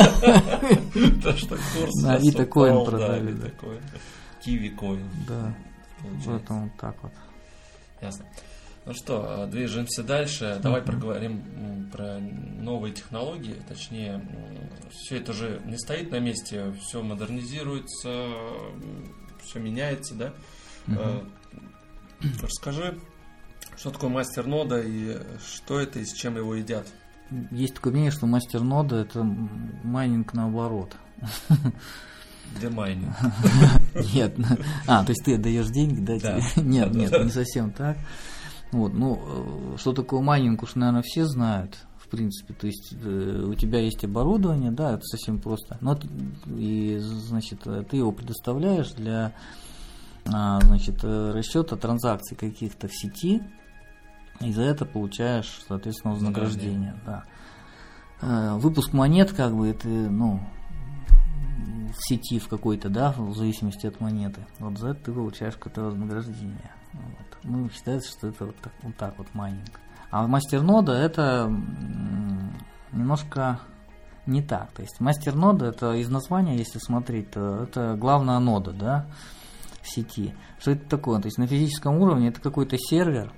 То, что курс на Авито Коин продали. Киви Коин. Да, поэтому так вот. Ясно. Ну что, движемся дальше. Давай проговорим про новые технологии. Точнее, все это же не стоит на месте, все модернизируется, все меняется, да? Расскажи, что такое мастернода и что это и с чем его едят? Есть такое мнение, что мастернода – это майнинг наоборот. Демайнинг. Нет. То есть ты отдаешь деньги, да? Да. Нет, не совсем так. Вот, ну, что такое майнинг, уж, наверное, все знают, в принципе. То есть у тебя есть оборудование, да, это совсем просто. И, значит, ты его предоставляешь для, значит, расчета транзакций каких-то в сети, и за это получаешь, соответственно, вознаграждение. Да. Выпуск монет, как бы, это, ну, в сети в какой-то, да, в зависимости от монеты. Вот за это ты получаешь какое-то вознаграждение. Вот. Ну, считается, что это вот так вот майнинг. А мастернода это немножко не так. То есть мастернода, это из названия, если смотреть, то это главная нода, да, в сети. Что это такое? То есть на физическом уровне это какой-то сервер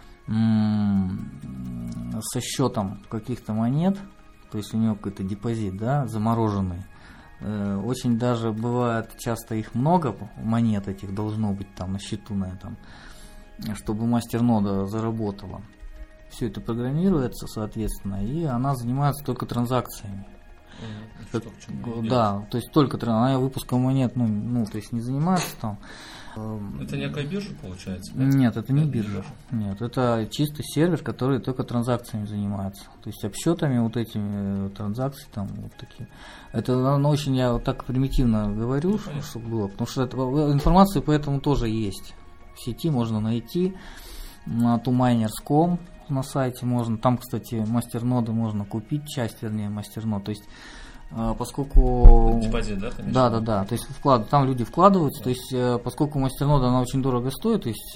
со счетом каких-то монет, то есть у него какой-то депозит, да, замороженный. Очень даже бывает, часто их много, монет этих должно быть там на счету на этом, чтобы мастернода заработала. Все это программируется, соответственно, и она занимается только транзакциями. что в чем да, то есть только она выпуском монет, то есть не занимается там. Это некая биржа, получается? Да? Нет, это не биржа. Нет, это чистый сервер, который только транзакциями занимается. То есть обсчетами вот этими транзакций там вот такие. Это очень, я вот так примитивно говорю, чтобы было, потому что информация поэтому тоже есть. В сети можно найти, на tuminers.com на сайте можно. Там, кстати, мастерноды можно купить, часть, вернее, мастернод. То есть поскольку... Депозит, да? Да. То есть там люди вкладываются, да. То есть поскольку мастернода она очень дорого стоит, то есть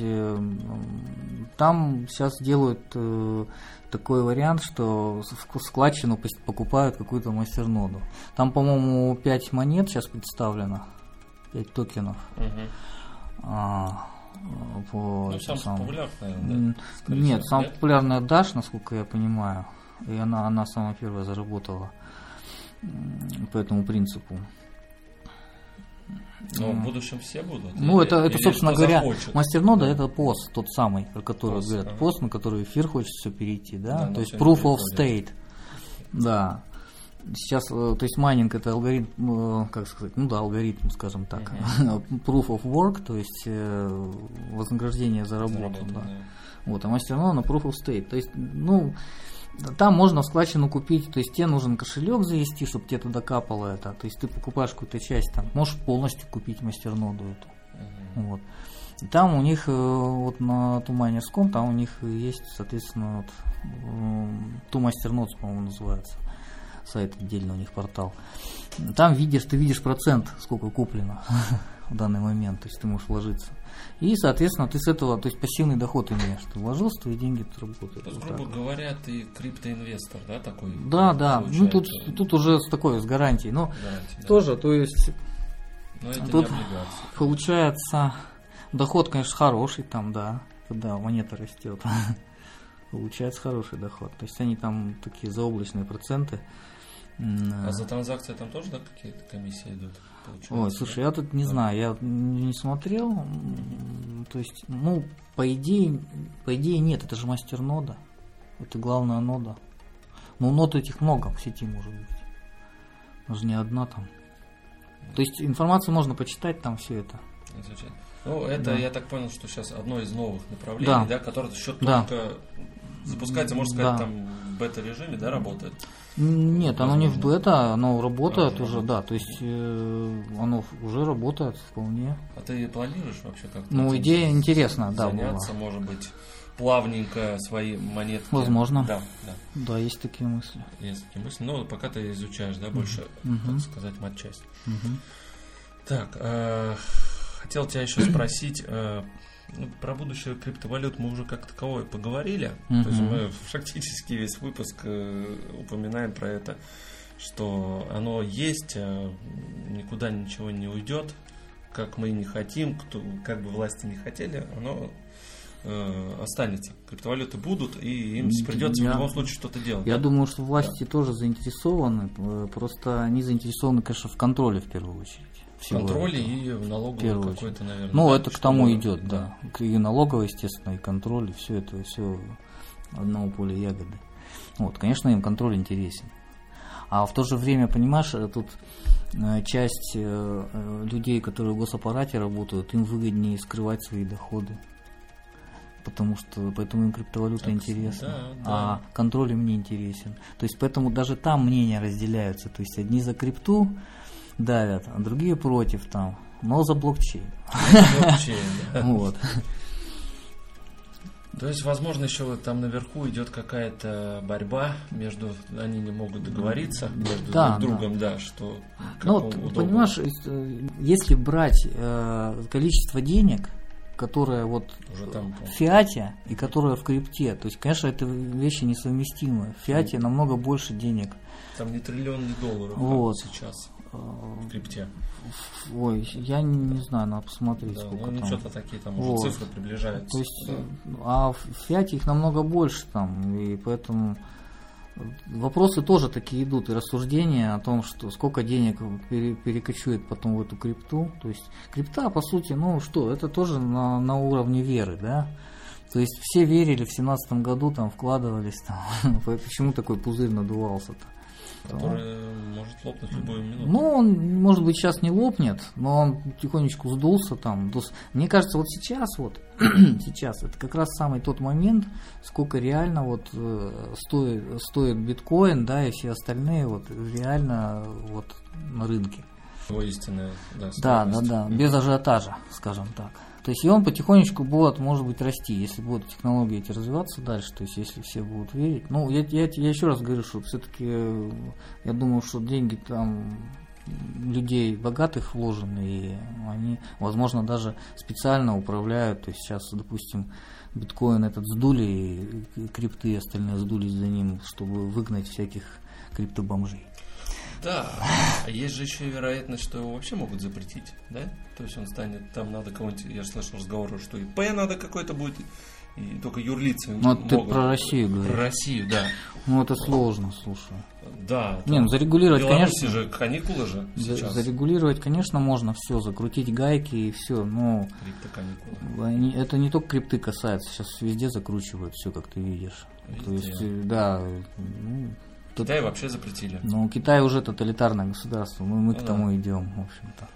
там сейчас делают такой вариант, что в складчину покупают какую-то мастерноду. Там, по-моему, 5 монет сейчас представлено, 5 токенов. Самый популярный, наверное, да? Нет, самая популярная Dash, насколько я понимаю, и она самая первая заработала по этому принципу. Но в будущем все будут? Это собственно говоря, мастернода, да. Это POS, тот самый, про который говорят, POS, на который эфир хочет все перейти, да? Да, то есть Proof of State, да. Сейчас, то есть майнинг это алгоритм, как сказать, алгоритм, скажем так, Proof of Work, то есть вознаграждение за работу, да. Вот, а мастернода на Proof of State, то есть, там можно в складчину купить, то есть тебе нужен кошелек завести, чтобы тебе туда капало это. То есть ты покупаешь какую-то часть, там, можешь полностью купить мастерноду эту. Вот. И там у них, вот на tuminers.com, там у них есть, соответственно, tumasternodes, по-моему, называется. Сайт отдельно у них, портал. Там ты видишь процент, сколько куплено в данный момент, то есть ты можешь вложиться. И, соответственно, ты с этого, то есть пассивный доход имеешь. Ты вложился, твои деньги работают. То есть, грубо говоря, ты криптоинвестор, да, такой? Да. Тут уже с гарантией. Но тоже, да. То есть тут получается доход, конечно, хороший там, да, когда монета растет. Получается хороший доход. То есть они там такие заоблачные проценты. А за транзакции там тоже, да, какие-то комиссии идут? Ой, слушай, я тут не знаю, я не смотрел. То есть, по идее нет, это же мастернода. Это главная нода. Но нод этих много в сети может быть. Даже не одна там. То есть информацию можно почитать, там все это. Это, да. Я так понял, что сейчас одно из новых направлений, да, которое еще только запускается, можно сказать, там в бета-режиме, да, работает? Нет, оно не в бета, оно работает уже, да, то есть оно уже работает вполне. А ты планируешь вообще как-то? Идея интересная, да. Заняться, была. Может быть, плавненько свои монетки. Возможно. Да. Да, есть такие мысли. Но пока ты изучаешь, да, больше, так сказать, матчасть. Так, хотел тебя еще спросить. Про будущее криптовалют мы уже как таковое поговорили. То есть мы фактически весь выпуск упоминаем про это, что оно есть, никуда ничего не уйдет, как мы и не хотим, как бы власти не хотели, оно останется. Криптовалюты будут, и им придется в любом случае что-то делать. Я думаю, что власти тоже заинтересованы, просто они заинтересованы, конечно, в контроле в первую очередь. В контроле и в налоговой какой-то, наверное. Это к тому идет, да. И налоговая, естественно, и контроль, и все это, все одного поля ягоды. Конечно, им контроль интересен. А в то же время, понимаешь, тут часть людей, которые в госаппарате работают, им выгоднее скрывать свои доходы. Поэтому им криптовалюта интересна, а контроль им не интересен. То есть поэтому даже там мнения разделяются. То есть одни за крипту давят, а другие против там, но за блокчейн. Вот. То есть, возможно, еще там наверху идет какая-то борьба между, они не могут договориться между друг другом, да, что. Понимаешь, если брать количество денег, которое в фиате и которое в крипте, то есть, конечно, это вещи несовместимые. В фиате намного больше денег. Там не триллионы долларов сейчас. В крипте. Ой, я не знаю, надо посмотреть, сколько там. Что-то такие там уже цифры приближаются. То есть, а в фиате их намного больше там, и поэтому вопросы тоже такие идут, и рассуждения о том, что сколько денег перекочует потом в эту крипту. То есть крипта, по сути, это тоже на уровне веры, да. То есть все верили в 2017 году, там вкладывались, там, почему такой пузырь надувался-то. Который может лопнуть в любую минуту. Ну, он, может быть, сейчас не лопнет, но он потихонечку сдулся там. Мне кажется, вот сейчас, сейчас это как раз самый тот момент, сколько реально вот стоит биткоин, да, и все остальные вот реально вот на рынке. Его истинная, да, без ажиотажа, скажем так. То есть и он потихонечку будет, может быть, расти, если будут технологии эти развиваться дальше, то есть если все будут верить. Ну, я еще раз говорю, что все-таки я думаю, что деньги там людей богатых вложены, и они, возможно, даже специально управляют. То есть сейчас, допустим, биткоин этот сдули, и крипты остальные сдулись за ним, чтобы выгнать всяких криптобомжей. Да, а есть же еще и вероятность, что его вообще могут запретить, да? То есть он станет, там надо кого-нибудь, я же слышал разговоры, что ИП надо какой-то будет, и только юрлицы могут. Ну, ты про Россию говоришь. Про Россию, да. Ну, это сложно, слушай. Да. Не, ну зарегулировать, в Беларуси конечно. же каникулы же сейчас. Зарегулировать, конечно, можно все, закрутить гайки и все, но... Криптоканикулы. Это не только крипты касается, сейчас везде закручивают все, как ты видишь. Везде. То есть, да... Китай вообще запретили. Ну, Китай уже тоталитарное государство, мы к тому идем, в общем-то.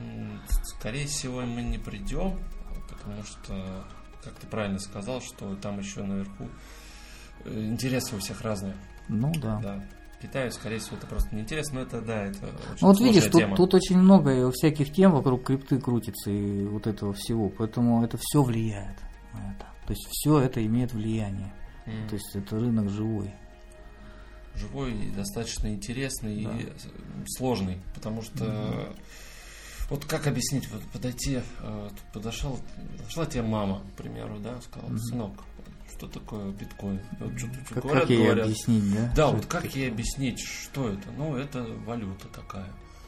Скорее всего, мы не придем, потому что, как ты правильно сказал, что там еще наверху интересы у всех разные. Ну да. Китаю, скорее всего, это просто неинтересно, но это очень вот сложная видишь, тема. Тут очень много всяких тем вокруг крипты крутится и вот этого всего, поэтому это все влияет на это. То есть все это имеет влияние. То есть это рынок живой. Живой и достаточно интересный, да. И сложный, потому что вот как объяснить, вот подошла тебе мама, к примеру, да, сказала, сынок, что такое биткоин? Вот, как ей объяснить, да? Да, вот как ей объяснить, что это? Ну, это валюта такая.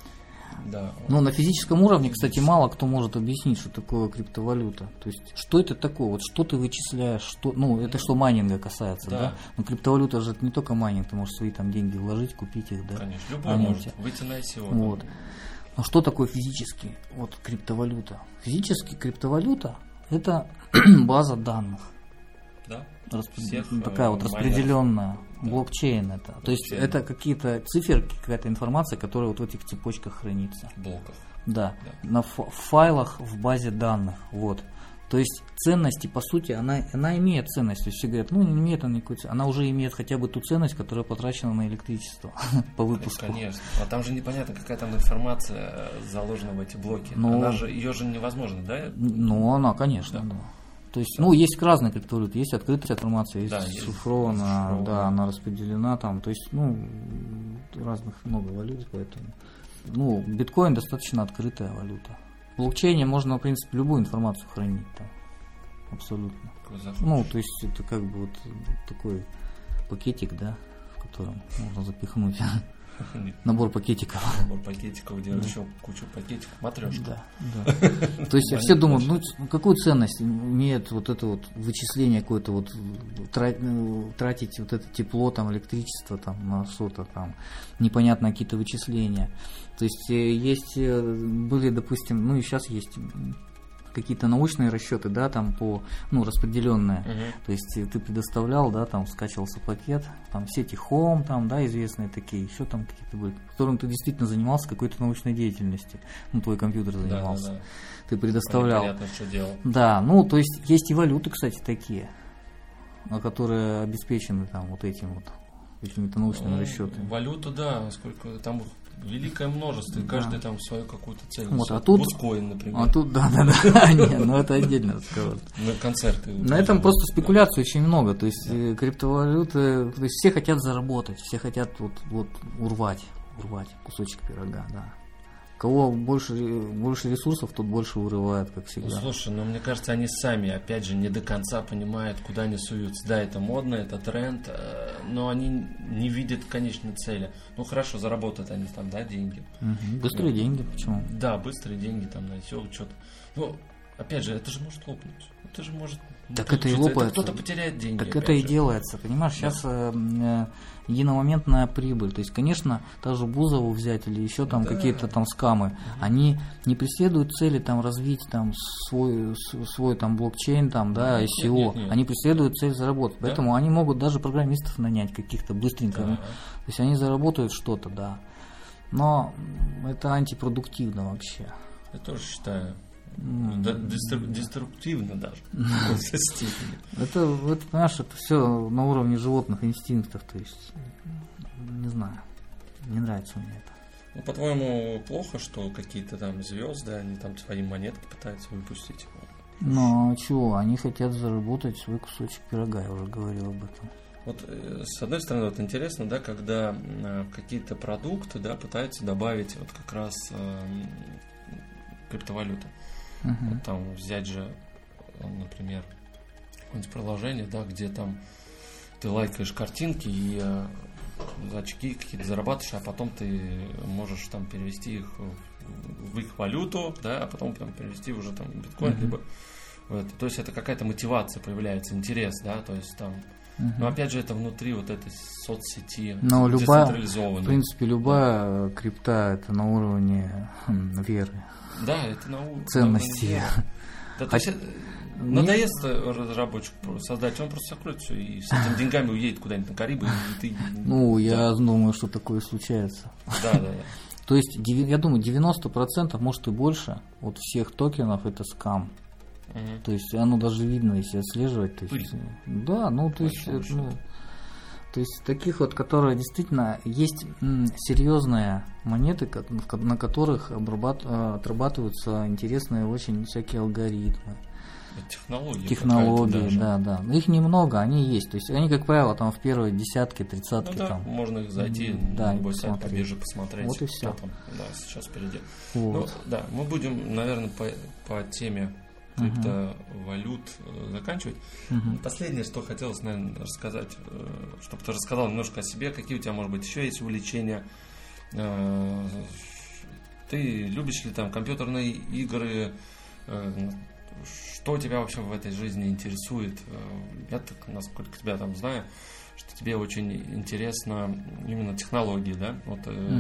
Да. Ну, на физическом уровне, кстати, мало кто может объяснить, что такое криптовалюта. То есть, что это такое? Вот что ты вычисляешь? Это что майнинга касается, да? Но криптовалюта же это не только майнинг, ты можешь свои там деньги вложить, купить их, да? Конечно, любой может выйти на ICO. Вот. Но что такое физически криптовалюта? Физически криптовалюта – это база данных. Да? Такая вот распределенная, блокчейн это. То есть это какие-то циферки, какая-то информация, которая вот в этих цепочках хранится. В блоках. Да. На файлах в базе данных. Вот. То есть ценности, по сути, она имеет ценность. То есть все говорят, не имеет она никакой ценности. Она уже имеет хотя бы ту ценность, которая потрачена на электричество по выпуску. Конечно. А там же непонятно, какая там информация заложена в эти блоки. Ее же невозможно, да? Ну, она, конечно, да. То есть, есть разные криптовалюты, есть открытая информация, есть шифрованная, да, она распределена там, то есть, разных много валют, поэтому, биткоин достаточно открытая валюта. В блокчейне можно, в принципе, любую информацию хранить там, абсолютно. То есть, это как бы вот такой пакетик, да, в котором можно запихнуть набор пакетиков. Набор пакетиков, где еще кучу пакетиков, матрешка. Да. То есть все думают, какую ценность имеет вот это вот вычисление какое-то вот тратить вот это тепло, там, электричество там, на что-то там, непонятно какие-то вычисления. То есть были, допустим, и сейчас есть какие-то научные расчеты, да, там по, распределенные. То есть ты предоставлял, да, там скачивался пакет, там сети Home, там, да, известные такие, еще там какие-то были, которым ты действительно занимался какой-то научной деятельностью, твой компьютер занимался. Да. Ты предоставлял. Понятно, что делал. Да, то есть и валюты, кстати, такие, которые обеспечены там вот этим вот какими-то научными расчетами. Валюту, да, сколько там великое множество, и каждый там свою какую-то цель. А тут, Буткоин, например. А тут, да. Нет, это отдельно разговор. На концерты. На этом просто спекуляций очень много. То есть криптовалюты, то есть все хотят заработать, все хотят вот урвать кусочек пирога, да. У кого больше ресурсов, тот больше урывает, как всегда. Слушай, мне кажется, они сами, опять же, не до конца понимают, куда они суются. Да, это модно, это тренд, но они не видят конечной цели. Хорошо, заработают они там, да, деньги. Быстрые деньги, почему? Да, быстрые деньги там найти что-то. опять же, это же может лопнуть. Это же может... Так это и лопается. Кто-то потеряет деньги. Так это и делается, понимаешь? Сейчас единомоментная прибыль. То есть, конечно, та же Бузову взять или еще там какие-то там скамы, они не преследуют цели там развить там свой там блокчейн, там, да, ICO. Нет. Они преследуют цель заработать. Да? Поэтому они могут даже программистов нанять каких-то быстренько. Да. То есть они заработают что-то, да. Но это антипродуктивно вообще. Я тоже считаю. Деструктивно даже в какой-то степени. Это, понимаешь, это все на уровне животных инстинктов, то есть, не знаю, не нравится мне это. Ну, по-твоему, плохо, что какие-то там звезды, они там свои монетки пытаются выпустить? Ну, а чего, они хотят заработать свой кусочек пирога, я уже говорил об этом. Вот, с одной стороны, вот интересно, да, когда какие-то продукты, да, пытаются добавить вот как раз криптовалюту. Вот там взять же, например, какое-нибудь приложение, да, где там ты лайкаешь картинки и очки какие-то зарабатываешь, а потом ты можешь там перевести их в их валюту, да, а потом там перевести уже там биткоин, либо то есть это какая-то мотивация появляется, интерес, да, то есть там. Но опять же это внутри вот этой соцсети децентрализованной. В принципе, любая крипта это на уровне веры. Да, это на уровне ценности. Да, то есть надоест разработчик создать, он просто закроет все и с этими деньгами уедет куда-нибудь на Карибы. Я думаю, что такое случается. Да. То есть, я думаю, 90%, может и больше, от всех токенов это скам. То есть оно даже видно, если отслеживать. То есть, то есть таких вот, которые действительно есть серьезные монеты, на которых отрабатываются интересные очень всякие алгоритмы. Технологии, да. Но их немного, они есть. То есть они, как правило, там в первой десятке, тридцатке. Ну, там. Можно их зайти на любой сайт по бирже посмотреть. Вот и все. Там, сейчас впереди. Вот. Мы будем, наверное, по теме криптовалют заканчивать. Последнее, что хотелось, наверное, рассказать, чтобы ты рассказал немножко о себе, какие у тебя, может быть, еще есть увлечения. Ты любишь ли там компьютерные игры? Что тебя вообще в этой жизни интересует? Я так, насколько тебя там знаю, что тебе очень интересно именно технологии, да? Вот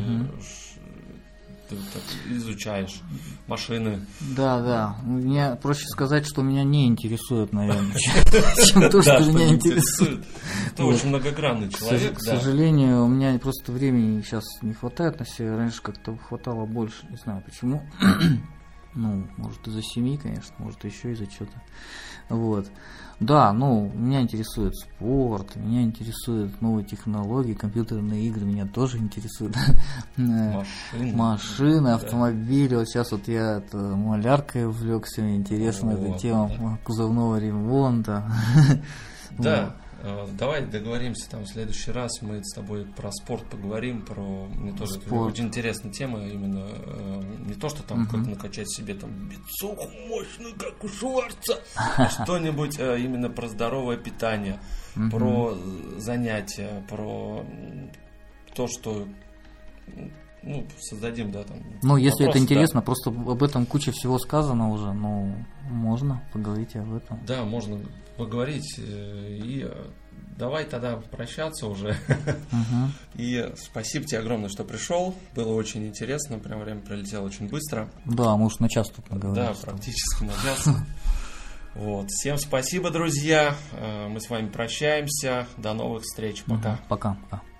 ты так изучаешь машины. Да. Мне проще сказать, что меня не интересует, наверное, чем то, что меня интересует. Ты очень многогранный человек. К сожалению, у меня просто времени сейчас не хватает на все. Раньше как-то хватало больше, не знаю почему. Ну, может, из-за семьи, конечно, может, еще из-за чего-то. Вот. Да, меня интересует спорт, меня интересуют новые технологии, компьютерные игры меня тоже интересуют. Машины, автомобили. Вот сейчас вот я маляркой увлекся, мне интересна эта тема кузовного ремонта. Да. Давай договоримся, там в следующий раз мы с тобой про спорт поговорим, мне тоже очень интересная тема, именно не то, что там как накачать себе там бицуху мощную, как у Шварца, а что-нибудь именно про здоровое питание, про занятия, про то, что создадим, да, там. Если это интересно, просто об этом куча всего сказано уже, можно поговорить об этом. Да, можно поговорить, и давай тогда прощаться уже. И спасибо тебе огромное, что пришел. Было очень интересно, прям время пролетело очень быстро. Да, мы уж на час тут поговорили. Да, практически на час. Вот. Всем спасибо, друзья. Мы с вами прощаемся. До новых встреч. Пока. Пока.